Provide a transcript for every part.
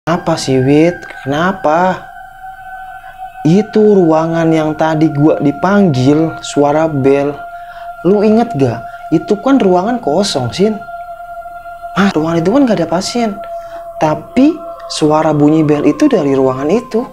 Apa sih, Wit? Kenapa? Itu ruangan yang tadi gua dipanggil suara bel. Lu inget gak? Itu kan ruangan kosong, Sin. Ruangan itu kan gak ada pasien. Tapi suara bunyi bel itu dari ruangan itu.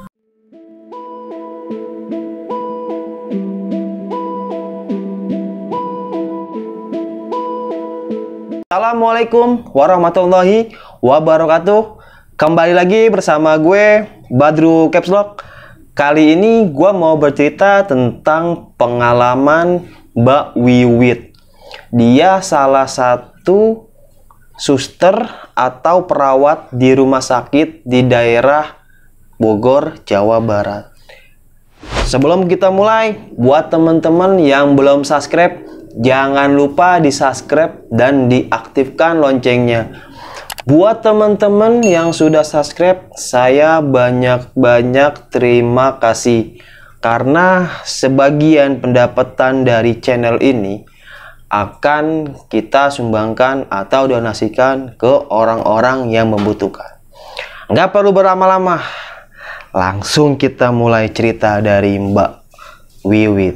Assalamualaikum warahmatullahi wabarakatuh. Kembali lagi bersama gue, Badru Caps Lock. Kali ini gue mau bercerita tentang pengalaman Mbak Wiwit. Dia salah satu suster atau perawat di rumah sakit di daerah Bogor, Jawa Barat. Sebelum kita mulai, buat teman-teman yang belum subscribe, jangan lupa di subscribe dan diaktifkan loncengnya. Buat teman-teman yang sudah subscribe, saya banyak-banyak terima kasih. Karena sebagian pendapatan dari channel ini akan kita sumbangkan atau donasikan ke orang-orang yang membutuhkan. Nggak perlu berlama-lama, langsung kita mulai cerita dari Mbak Wiwit.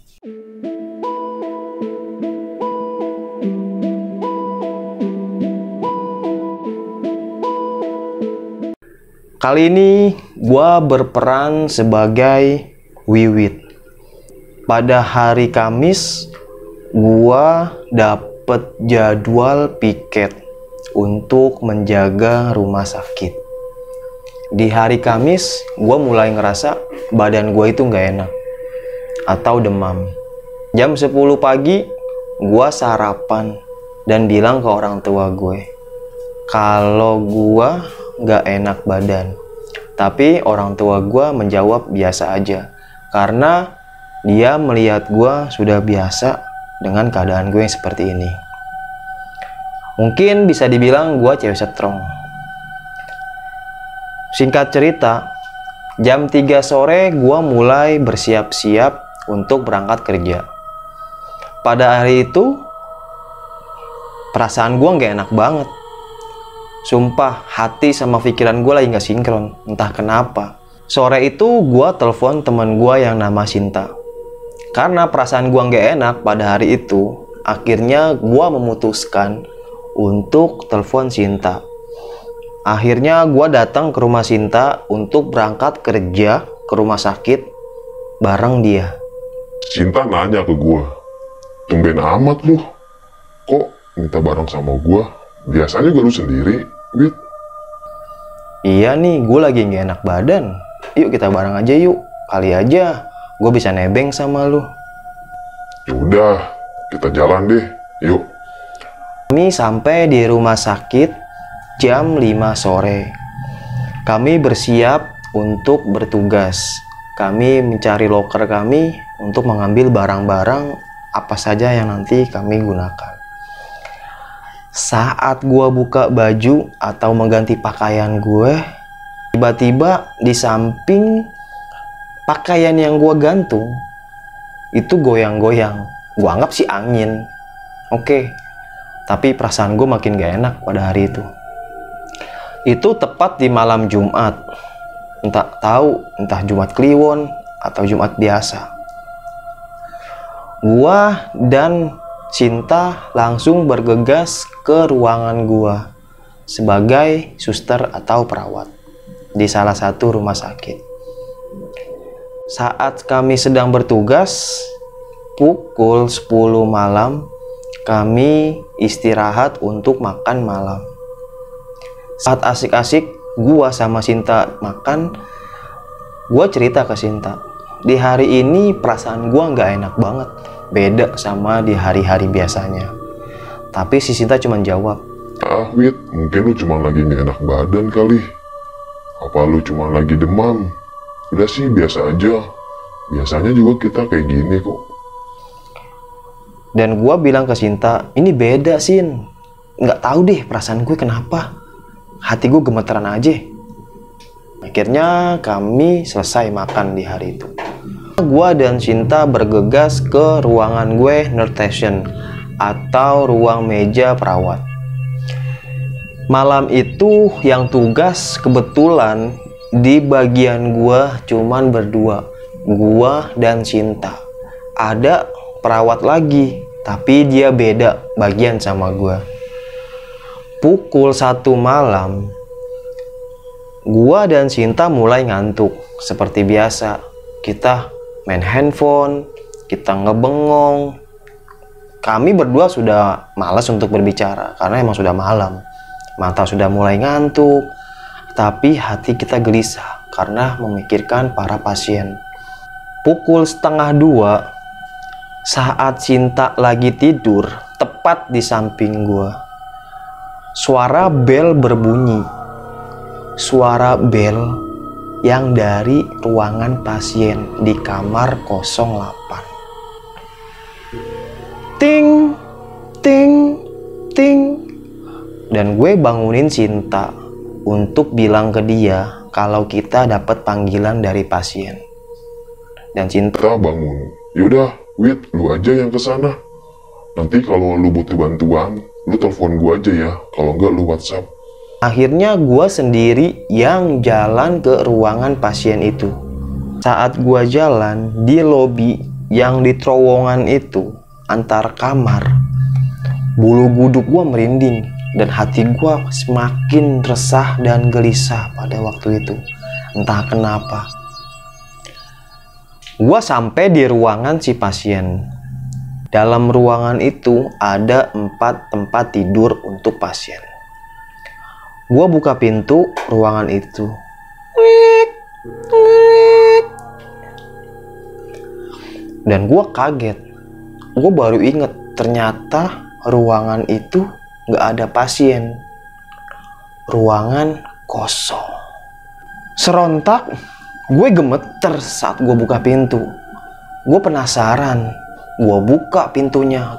Kali ini gua berperan sebagai Wiwit. Pada hari Kamis, gua dapet jadwal piket untuk menjaga rumah sakit. Di hari Kamis, gua mulai ngerasa badan gua itu nggak enak atau demam. Jam 10 pagi, gua sarapan dan bilang ke orang tua gue kalau gua nggak enak badan. Tapi orang tua gue menjawab biasa aja, karena dia melihat gue sudah biasa dengan keadaan gue yang seperti ini. Mungkin bisa dibilang gue cewek strong. Singkat cerita, jam 3 sore gue mulai bersiap-siap untuk berangkat kerja. Pada hari itu, perasaan gue nggak enak banget. Sumpah, hati sama pikiran gue lagi gak sinkron, entah kenapa. Sore itu gue telepon teman gue yang nama Sinta. Karena perasaan gue gak enak pada hari itu, akhirnya gue memutuskan untuk telepon Sinta. Akhirnya gue datang ke rumah Sinta untuk berangkat kerja ke rumah sakit bareng dia. Sinta nanya ke gue, tumben amat lu, kok minta bareng sama gue? Biasanya gue lu sendiri, Wit. Iya nih, gue lagi gak enak badan. Yuk kita bareng aja yuk. Kali aja gue bisa nebeng sama lu. Yaudah, kita jalan deh, yuk. Kami sampai di rumah sakit jam 5 sore. Kami bersiap untuk bertugas. Kami mencari loker kami untuk mengambil barang-barang apa saja yang nanti kami gunakan. Saat gue buka baju atau mengganti pakaian gue, tiba-tiba di samping pakaian yang gue gantung itu goyang-goyang. Gue anggap sih angin. Oke. Tapi perasaan gue makin gak enak pada hari itu. Itu tepat di malam Jumat. Entah Jumat Kliwon atau Jumat biasa. Gue dan Sinta langsung bergegas ke ruangan gua sebagai suster atau perawat di salah satu rumah sakit. Saat kami sedang bertugas, pukul 10 malam, kami istirahat untuk makan malam. Saat asik-asik gua sama Sinta makan, gua cerita ke Sinta, di hari ini perasaan gua nggak enak banget. Beda sama di hari-hari biasanya. Tapi si Sinta cuma jawab, Wit, mungkin lu cuma lagi gak enak badan kali. Apa lu cuma lagi demam? Udah sih, biasa aja. Biasanya juga kita kayak gini kok. Dan gua bilang ke Sinta, ini beda Sin. Nggak tahu deh perasaan gue kenapa. Hati gue gemeteran aja. Akhirnya kami selesai makan di hari itu. Gua dan Sinta bergegas ke ruangan gue, nurse station atau ruang meja perawat. Malam itu yang tugas kebetulan di bagian gua cuman berdua, gua dan Cinta. Ada perawat lagi, tapi dia beda bagian sama gua. Pukul 1 malam, gua dan Cinta mulai ngantuk. Seperti biasa, kita main handphone, kita ngebengong. Kami berdua sudah malas untuk berbicara karena emang sudah malam. Mata sudah mulai ngantuk, tapi hati kita gelisah karena memikirkan para pasien. Pukul 1:30, saat Cinta lagi tidur, tepat di samping gua, suara bel berbunyi. Suara bel yang dari ruangan pasien di kamar 08. Ting, ting, ting. Dan gue bangunin Cinta untuk bilang ke dia kalau kita dapat panggilan dari pasien. Dan Cinta bangun. Yaudah, Wit, lu aja yang kesana. Nanti kalau lu butuh bantuan, lu telepon gua aja ya. Kalau enggak, lu WhatsApp. Akhirnya gue sendiri yang jalan ke ruangan pasien itu. Saat gue jalan di lobi yang di terowongan itu antar kamar, bulu kuduk gue merinding. Dan hati gue semakin resah dan gelisah pada waktu itu. Entah kenapa. Gue sampai di ruangan si pasien. Dalam ruangan itu ada 4 tempat tidur untuk pasien. Gue buka pintu ruangan itu. Dan gue kaget. Gue baru inget ternyata ruangan itu nggak ada pasien. Ruangan kosong. Serontak gue gemeter saat gue buka pintu. Gue penasaran. Gue buka pintunya.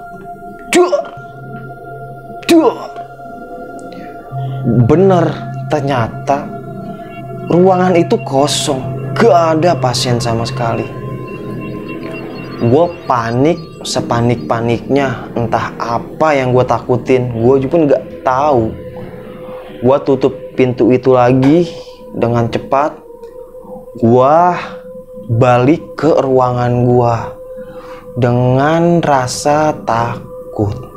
Bener, ternyata ruangan itu kosong. Gak ada pasien sama sekali. Gue panik sepanik-paniknya. Entah apa yang gue takutin, gue juga nggak tahu. Gue tutup pintu itu lagi dengan cepat. Gue balik ke ruangan gue dengan rasa takut.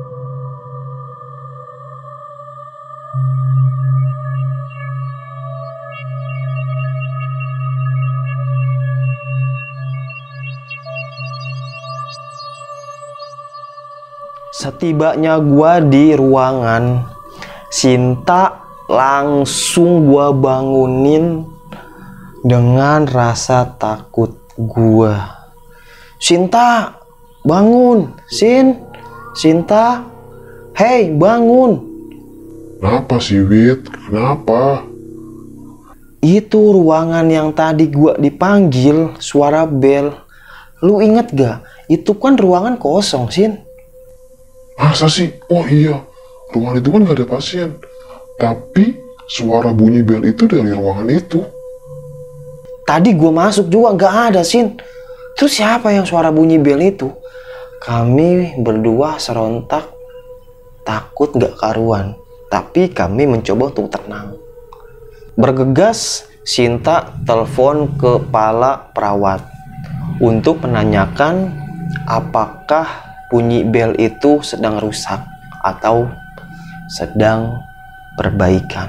Setibanya gua di ruangan, Cinta langsung gua bangunin dengan rasa takut gua. Cinta, bangun, Cinta, hei bangun. Kenapa sih, Wit? Kenapa? Itu ruangan yang tadi gua dipanggil, suara bel. Lu inget gak? Itu kan ruangan kosong, Sin. Masa sih? Oh iya, ruangan itu kan gak ada pasien. Tapi suara bunyi bel itu dari ruangan itu. Tadi gue masuk juga gak ada, Sin. Terus siapa yang suara bunyi bel itu? Kami berdua serontak takut gak karuan. Tapi kami mencoba untuk tenang. Bergegas, Cinta telepon kepala perawat untuk menanyakan apakah bunyi bel itu sedang rusak atau sedang perbaikan.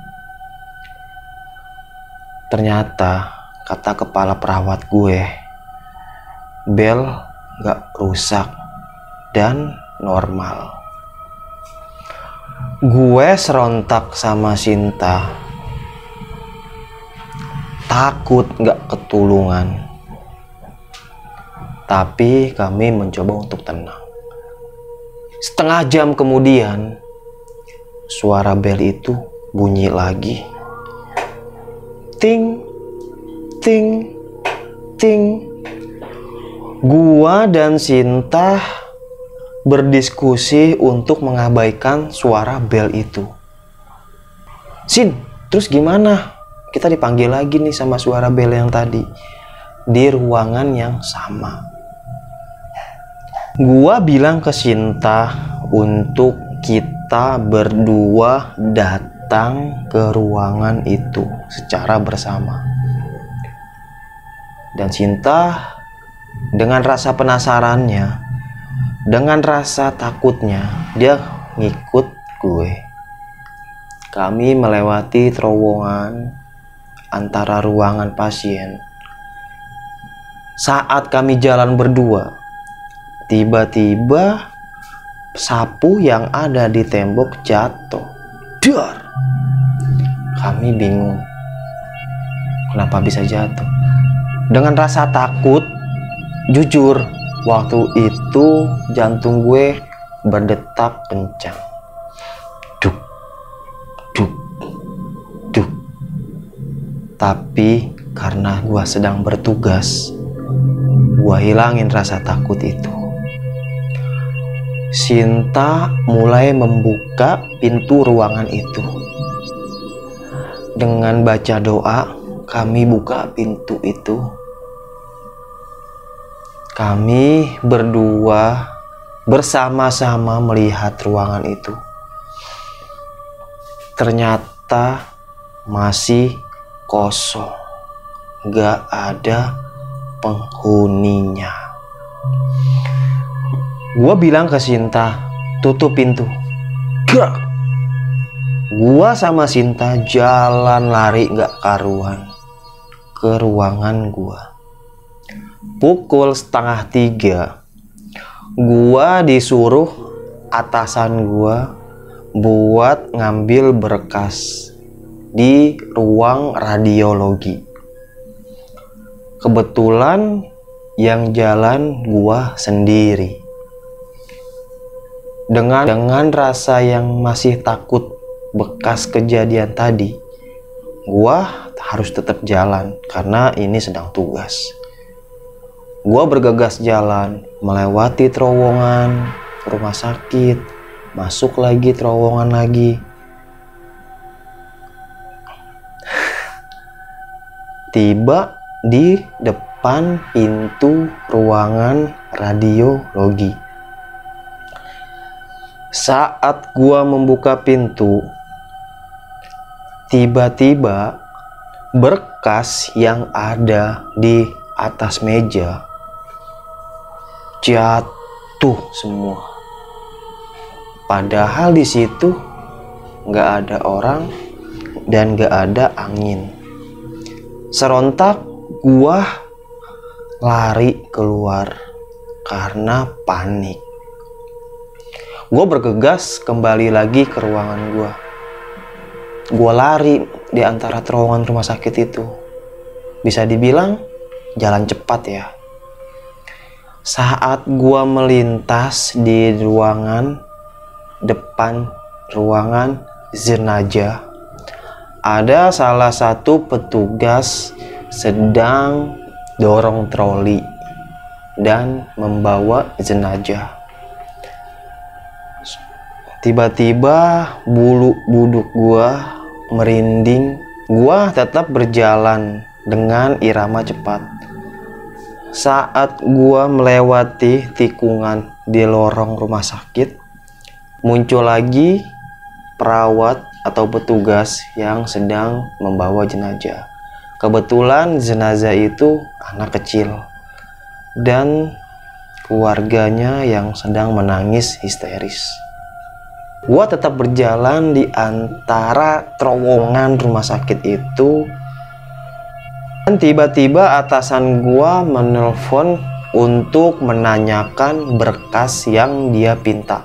Ternyata kata kepala perawat gue, bel gak rusak dan normal. Gue serontak sama Cinta, takut gak ketulungan. Tapi kami mencoba untuk tenang. Setengah jam kemudian, suara bel itu bunyi lagi. Ting, ting, ting. Gua dan Cinta berdiskusi untuk mengabaikan suara bel itu. Sin, terus gimana? Kita dipanggil lagi nih sama suara bel yang tadi di ruangan yang sama. Gua bilang ke Cinta untuk kita kita berdua datang ke ruangan itu secara bersama. Dan Sinta dengan rasa penasarannya, dengan rasa takutnya, dia ngikut gue. Kami melewati terowongan antara ruangan pasien. Saat kami jalan berdua, tiba-tiba sapu yang ada di tembok jatuh. Dar! Kami bingung, kenapa bisa jatuh. Dengan rasa takut, jujur, waktu itu jantung gue berdetak kencang. Duk, duk, duk. Tapi karena gue sedang bertugas, gue hilangin rasa takut itu. Sinta mulai membuka pintu ruangan itu. Dengan baca doa, kami buka pintu itu. Kami berdua bersama-sama melihat ruangan itu. Ternyata masih kosong, gak ada penghuninya. Gua bilang ke Sinta, tutup pintu. Gak. Gua sama Sinta jalan lari gak karuan ke ruangan gua. Pukul 2:30, gua disuruh atasan gua buat ngambil berkas di ruang radiologi. Kebetulan yang jalan gua sendiri. Dengan rasa yang masih takut bekas kejadian tadi, gua harus tetap jalan karena ini sedang tugas. Gua bergegas jalan, melewati terowongan rumah sakit, masuk lagi terowongan lagi. Tiba di depan pintu ruangan radiologi. Saat gua membuka pintu, tiba-tiba berkas yang ada di atas meja jatuh semua. Padahal di situ nggak ada orang dan nggak ada angin. Serontak gua lari keluar karena panik. Gua bergegas kembali lagi ke ruangan gua. Gua lari di antara terowongan rumah sakit itu. Bisa dibilang jalan cepat ya. Saat gua melintas di ruangan depan ruangan jenazah, ada salah satu petugas sedang dorong troli dan membawa jenazah. Tiba-tiba bulu kuduk gua merinding. Gua tetap berjalan dengan irama cepat. Saat gua melewati tikungan di lorong rumah sakit, muncul lagi perawat atau petugas yang sedang membawa jenazah. Kebetulan jenazah itu anak kecil dan keluarganya yang sedang menangis histeris. Gua tetap berjalan di antara terowongan rumah sakit itu. Dan tiba-tiba atasan gua menelpon untuk menanyakan berkas yang dia pinta.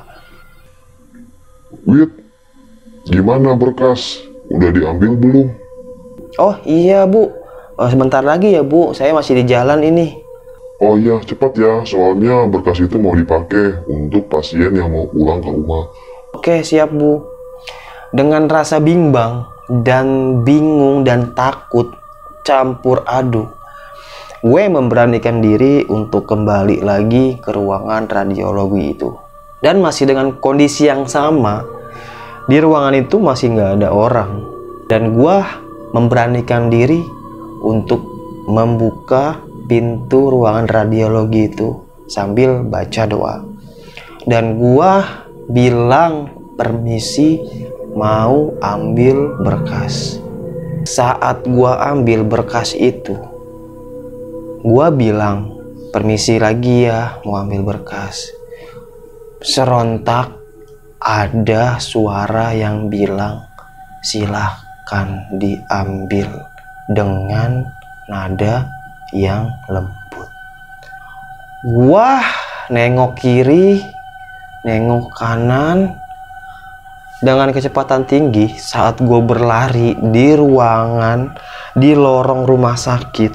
Wit, gimana berkas? Udah diambil belum? Oh iya bu, sebentar lagi ya bu, saya masih di jalan ini. Oh iya, cepat ya, soalnya berkas itu mau dipakai untuk pasien yang mau pulang ke rumah. Oke siap bu. Dengan rasa bimbang dan bingung dan takut campur aduk, gue memberanikan diri untuk kembali lagi ke ruangan radiologi itu. Dan masih dengan kondisi yang sama, di ruangan itu masih nggak ada orang. Dan gue memberanikan diri untuk membuka pintu ruangan radiologi itu sambil baca doa. Dan gue bilang permisi mau ambil berkas. Saat gua ambil berkas itu, gua bilang, permisi lagi ya, mau ambil berkas. Serontak ada suara yang bilang, silahkan diambil, dengan nada yang lembut. Gua nengok kiri, nengok kanan dengan kecepatan tinggi saat gue berlari di ruangan, di lorong rumah sakit.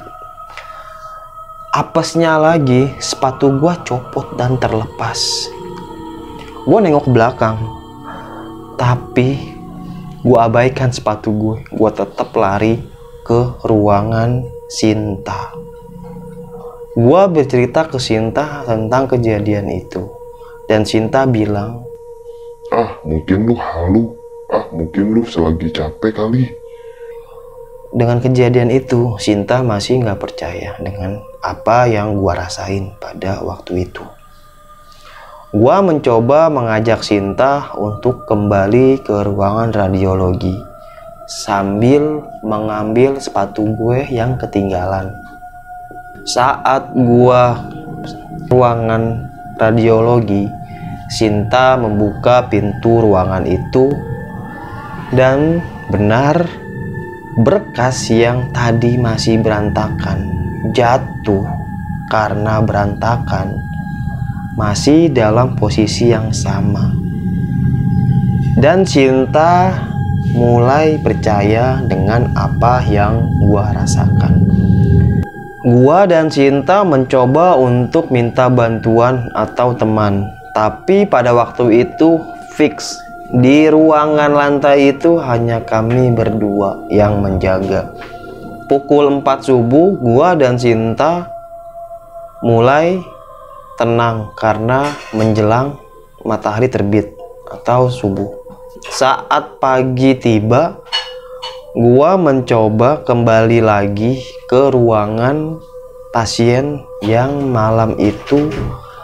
Apesnya lagi, sepatu gue copot dan terlepas. Gue nengok ke belakang, tapi gue abaikan sepatu gue. Gue tetap lari ke ruangan Sinta. Gue bercerita ke Sinta tentang kejadian itu, dan Sinta bilang, mungkin lu halu, mungkin lu selagi capek kali. Dengan kejadian itu, Sinta masih nggak percaya dengan apa yang gua rasain pada waktu itu. Gua mencoba mengajak Sinta untuk kembali ke ruangan radiologi sambil mengambil sepatu gue yang ketinggalan. Saat gua ruangan radiologi, Sinta membuka pintu ruangan itu dan benar berkas yang tadi masih berantakan jatuh karena berantakan masih dalam posisi yang sama. Dan Sinta mulai percaya dengan apa yang gua rasakan. Gua dan Sinta mencoba untuk minta bantuan atau teman, tapi pada waktu itu fix di ruangan lantai itu hanya kami berdua yang menjaga. Pukul 4 subuh gua dan Sinta mulai tenang karena menjelang matahari terbit atau subuh. Saat pagi tiba, gua mencoba kembali lagi ke ruangan pasien yang malam itu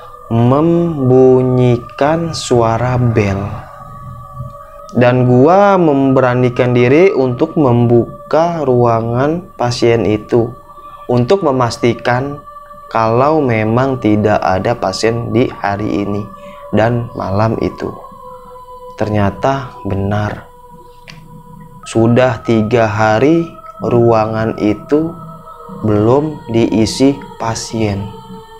membunyikan suara bel. Dan gua memberanikan diri untuk membuka ruangan pasien itu untuk memastikan kalau memang tidak ada pasien di hari ini dan malam itu. Ternyata benar. Sudah 3 hari ruangan itu belum diisi pasien.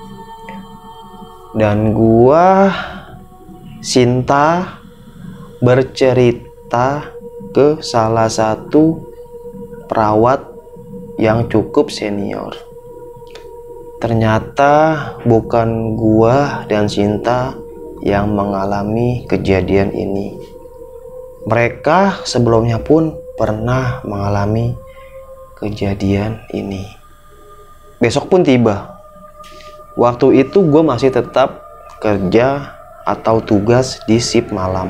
Dan gua, Sinta, bercerita ke salah satu perawat yang cukup senior. Ternyata bukan gua dan Sinta yang mengalami kejadian ini. Mereka sebelumnya pun pernah mengalami kejadian ini. Besok pun tiba. Waktu itu gue masih tetap kerja atau tugas di shift malam.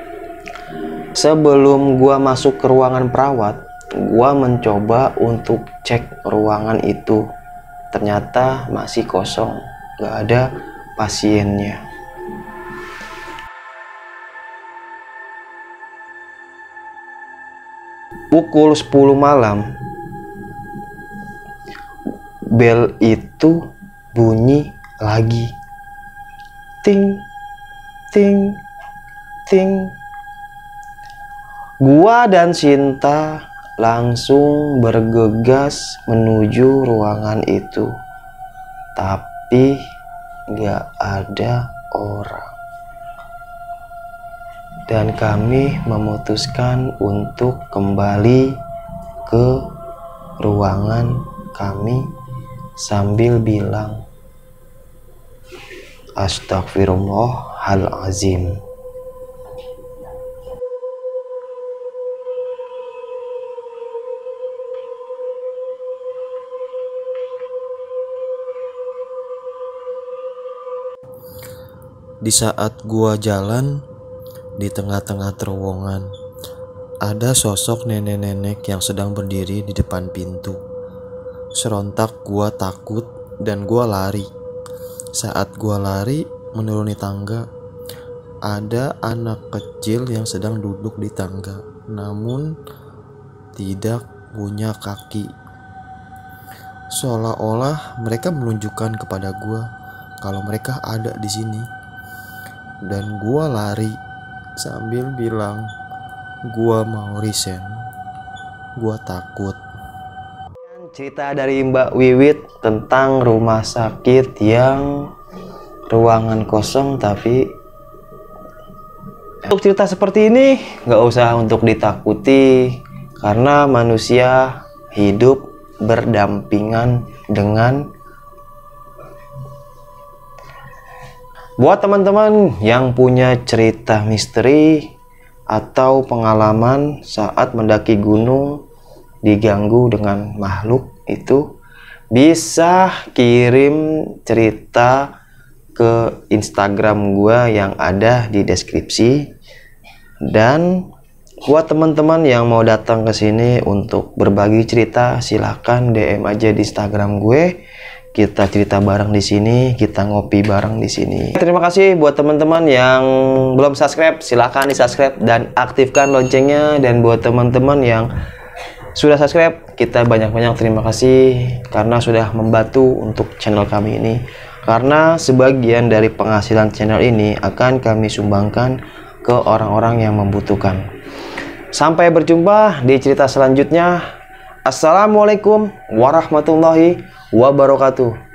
Sebelum gue masuk ke ruangan perawat, gue mencoba untuk cek ruangan itu. Ternyata masih kosong, gak ada pasiennya. Pukul 10 malam, bel itu bunyi lagi. Ting, ting, ting. Gua dan Sinta langsung bergegas menuju ruangan itu. Tapi gak ada orang. Dan kami memutuskan untuk kembali ke ruangan kami sambil bilang, Astagfirullahalazim. Di saat gua jalan, di tengah-tengah terowongan, ada sosok nenek-nenek yang sedang berdiri di depan pintu. Serontak gua takut dan gua lari. Saat gua lari menuruni tangga, ada anak kecil yang sedang duduk di tangga, namun tidak punya kaki. Seolah-olah mereka menunjukkan kepada gua kalau mereka ada di sini. Dan gua lari sambil bilang, gua mau resign. Gua takut. Cerita dari Mbak Wiwit tentang rumah sakit yang ruangan kosong, tapi untuk cerita seperti ini nggak usah untuk ditakuti, karena manusia hidup berdampingan dengan. Buat teman-teman yang punya cerita misteri atau pengalaman saat mendaki gunung diganggu dengan makhluk, itu bisa kirim cerita ke Instagram gua yang ada di deskripsi. Dan buat teman-teman yang mau datang ke sini untuk berbagi cerita, silahkan DM aja di Instagram gue. Kita cerita bareng di sini, kita ngopi bareng di sini. Terima kasih buat teman-teman yang belum subscribe, silahkan di subscribe dan aktifkan loncengnya. Dan buat teman-teman yang sudah subscribe, kita banyak-banyak terima kasih karena sudah membantu untuk channel kami ini. Karena sebagian dari penghasilan channel ini akan kami sumbangkan ke orang-orang yang membutuhkan. Sampai berjumpa di cerita selanjutnya. Assalamualaikum warahmatullahi wabarakatuh.